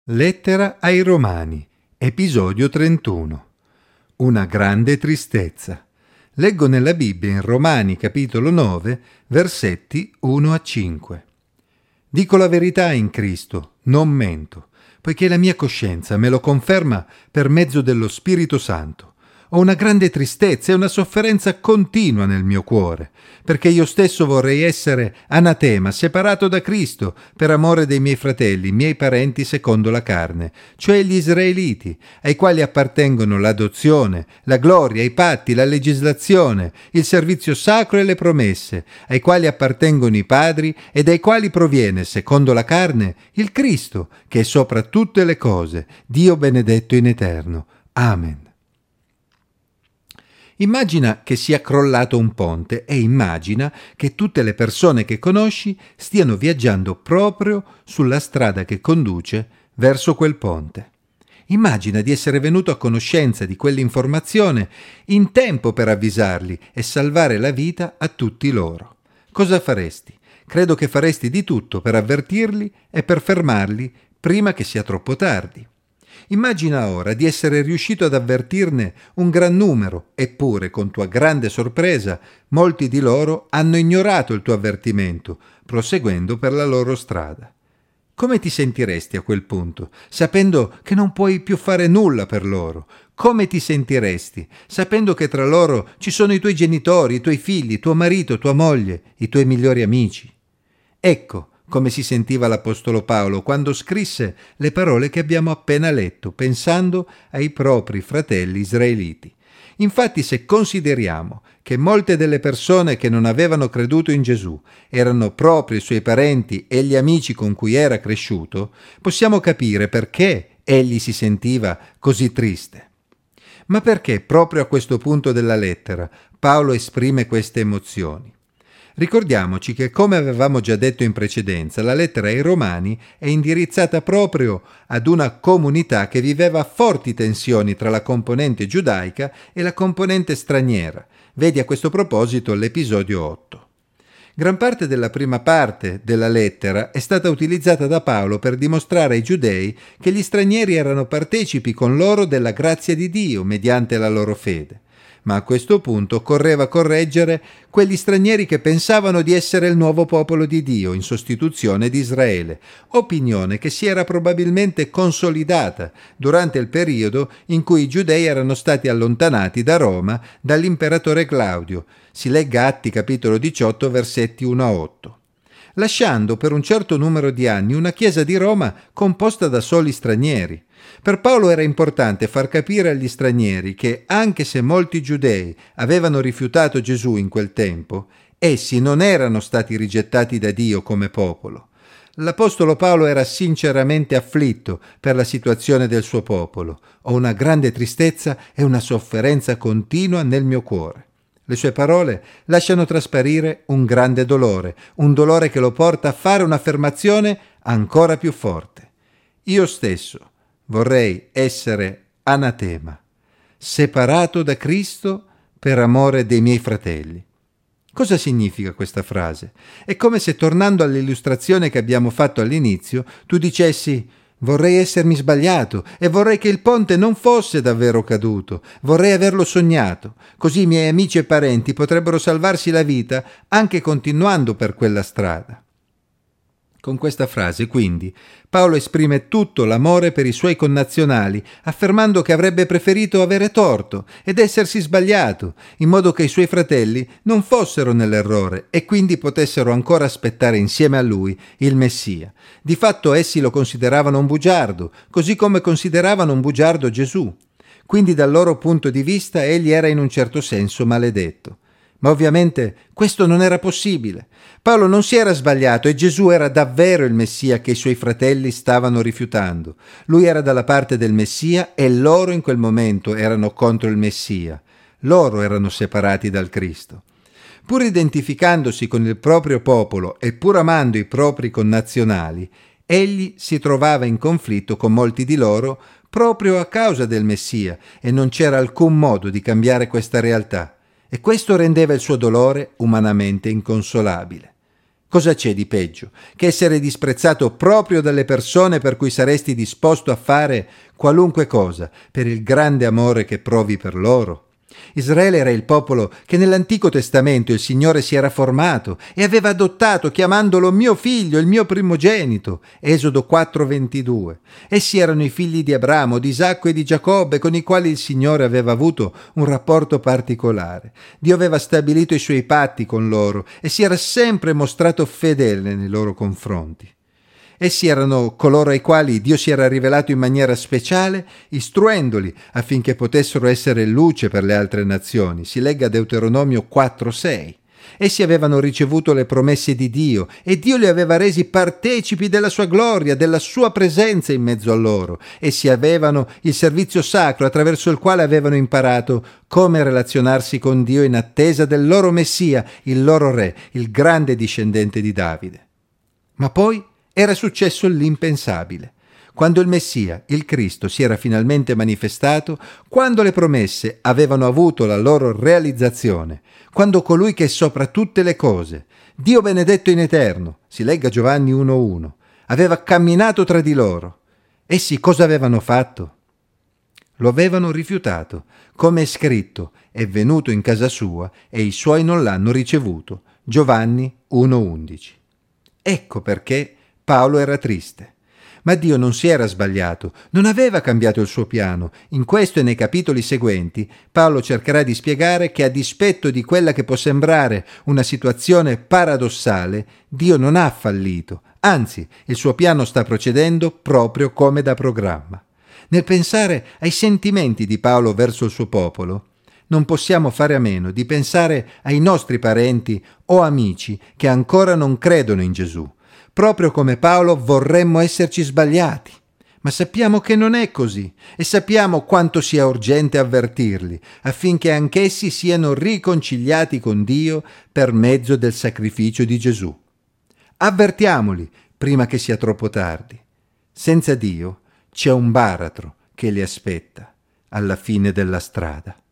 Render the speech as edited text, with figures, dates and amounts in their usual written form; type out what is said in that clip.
Lettera ai Romani, episodio 31. Una grande tristezza. Leggo nella Bibbia in Romani capitolo 9, versetti 1 a 5. Dico la verità in Cristo, non mento, poiché la mia coscienza me lo conferma per mezzo dello Spirito Santo. Ho una grande tristezza e una sofferenza continua nel mio cuore, perché io stesso vorrei essere anatema, separato da Cristo, per amore dei miei fratelli, miei parenti secondo la carne, cioè gli israeliti, ai quali appartengono l'adozione, la gloria, i patti, la legislazione, il servizio sacro e le promesse, ai quali appartengono i padri e dai quali proviene, secondo la carne, il Cristo, che è sopra tutte le cose, Dio benedetto in eterno. Amen. Immagina che sia crollato un ponte e immagina che tutte le persone che conosci stiano viaggiando proprio sulla strada che conduce verso quel ponte. Immagina di essere venuto a conoscenza di quell'informazione in tempo per avvisarli e salvare la vita a tutti loro. Cosa faresti? Credo che faresti di tutto per avvertirli e per fermarli prima che sia troppo tardi. Immagina ora di essere riuscito ad avvertirne un gran numero, eppure, con tua grande sorpresa, molti di loro hanno ignorato il tuo avvertimento, proseguendo per la loro strada. Come ti sentiresti a quel punto, sapendo che non puoi più fare nulla per loro? Come ti sentiresti, sapendo che tra loro ci sono i tuoi genitori, i tuoi figli, tuo marito, tua moglie, i tuoi migliori amici? Ecco come si sentiva l'Apostolo Paolo quando scrisse le parole che abbiamo appena letto, pensando ai propri fratelli israeliti. Infatti, se consideriamo che molte delle persone che non avevano creduto in Gesù erano proprio i suoi parenti e gli amici con cui era cresciuto, possiamo capire perché egli si sentiva così triste. Ma perché proprio a questo punto della lettera Paolo esprime queste emozioni? Ricordiamoci che, come avevamo già detto in precedenza, la lettera ai Romani è indirizzata proprio ad una comunità che viveva forti tensioni tra la componente giudaica e la componente straniera. Vedi a questo proposito l'episodio 8. Gran parte della prima parte della lettera è stata utilizzata da Paolo per dimostrare ai giudei che gli stranieri erano partecipi con loro della grazia di Dio mediante la loro fede. Ma a questo punto occorreva correggere quegli stranieri che pensavano di essere il nuovo popolo di Dio in sostituzione di Israele, opinione che si era probabilmente consolidata durante il periodo in cui i giudei erano stati allontanati da Roma dall'imperatore Claudio. Si legga Atti capitolo 18 versetti 1 a 8. Lasciando per un certo numero di anni una chiesa di Roma composta da soli stranieri. Per Paolo era importante far capire agli stranieri che, anche se molti giudei avevano rifiutato Gesù in quel tempo, essi non erano stati rigettati da Dio come popolo. L'Apostolo Paolo era sinceramente afflitto per la situazione del suo popolo. Ho una grande tristezza e una sofferenza continua nel mio cuore. Le sue parole lasciano trasparire un grande dolore, un dolore che lo porta a fare un'affermazione ancora più forte. Io stesso vorrei essere anatema, separato da Cristo per amore dei miei fratelli. Cosa significa questa frase? È come se, tornando all'illustrazione che abbiamo fatto all'inizio, tu dicessi: vorrei essermi sbagliato e vorrei che il ponte non fosse davvero caduto, vorrei averlo sognato, così i miei amici e parenti potrebbero salvarsi la vita anche continuando per quella strada. Con questa frase, quindi, Paolo esprime tutto l'amore per i suoi connazionali, affermando che avrebbe preferito avere torto ed essersi sbagliato, in modo che i suoi fratelli non fossero nell'errore e quindi potessero ancora aspettare insieme a lui il Messia. Di fatto essi lo consideravano un bugiardo, così come consideravano un bugiardo Gesù. Quindi dal loro punto di vista egli era in un certo senso maledetto. Ma ovviamente questo non era possibile. Paolo non si era sbagliato e Gesù era davvero il Messia che i suoi fratelli stavano rifiutando. Lui era dalla parte del Messia e loro in quel momento erano contro il Messia. Loro erano separati dal Cristo. Pur identificandosi con il proprio popolo e pur amando i propri connazionali, egli si trovava in conflitto con molti di loro proprio a causa del Messia e non c'era alcun modo di cambiare questa realtà. E questo rendeva il suo dolore umanamente inconsolabile. Cosa c'è di peggio che essere disprezzato proprio dalle persone per cui saresti disposto a fare qualunque cosa per il grande amore che provi per loro? Israele era il popolo che nell'Antico Testamento il Signore si era formato e aveva adottato chiamandolo mio figlio, il mio primogenito. Esodo 4:22. Essi erano i figli di Abramo, di Isacco e di Giacobbe, con i quali il Signore aveva avuto un rapporto particolare. Dio aveva stabilito i suoi patti con loro e si era sempre mostrato fedele nei loro confronti. Essi erano coloro ai quali Dio si era rivelato in maniera speciale, istruendoli affinché potessero essere luce per le altre nazioni. Si legga Deuteronomio 4:6. Essi avevano ricevuto le promesse di Dio e Dio li aveva resi partecipi della sua gloria, della sua presenza in mezzo a loro. Essi avevano il servizio sacro attraverso il quale avevano imparato come relazionarsi con Dio in attesa del loro Messia, il loro Re, il grande discendente di Davide. Ma poi era successo l'impensabile. Quando il Messia, il Cristo, si era finalmente manifestato, quando le promesse avevano avuto la loro realizzazione, quando colui che è sopra tutte le cose, Dio benedetto in eterno, si legga Giovanni 1:1, aveva camminato tra di loro, essi cosa avevano fatto? Lo avevano rifiutato, come è scritto, è venuto in casa sua e i suoi non l'hanno ricevuto. Giovanni 1:11. Ecco perché Paolo era triste. Ma Dio non si era sbagliato, non aveva cambiato il suo piano. In questo e nei capitoli seguenti Paolo cercherà di spiegare che a dispetto di quella che può sembrare una situazione paradossale, Dio non ha fallito, anzi il suo piano sta procedendo proprio come da programma. Nel pensare ai sentimenti di Paolo verso il suo popolo, non possiamo fare a meno di pensare ai nostri parenti o amici che ancora non credono in Gesù. Proprio come Paolo vorremmo esserci sbagliati, ma sappiamo che non è così e sappiamo quanto sia urgente avvertirli affinché anch'essi siano riconciliati con Dio per mezzo del sacrificio di Gesù. Avvertiamoli prima che sia troppo tardi. Senza Dio c'è un baratro che li aspetta alla fine della strada.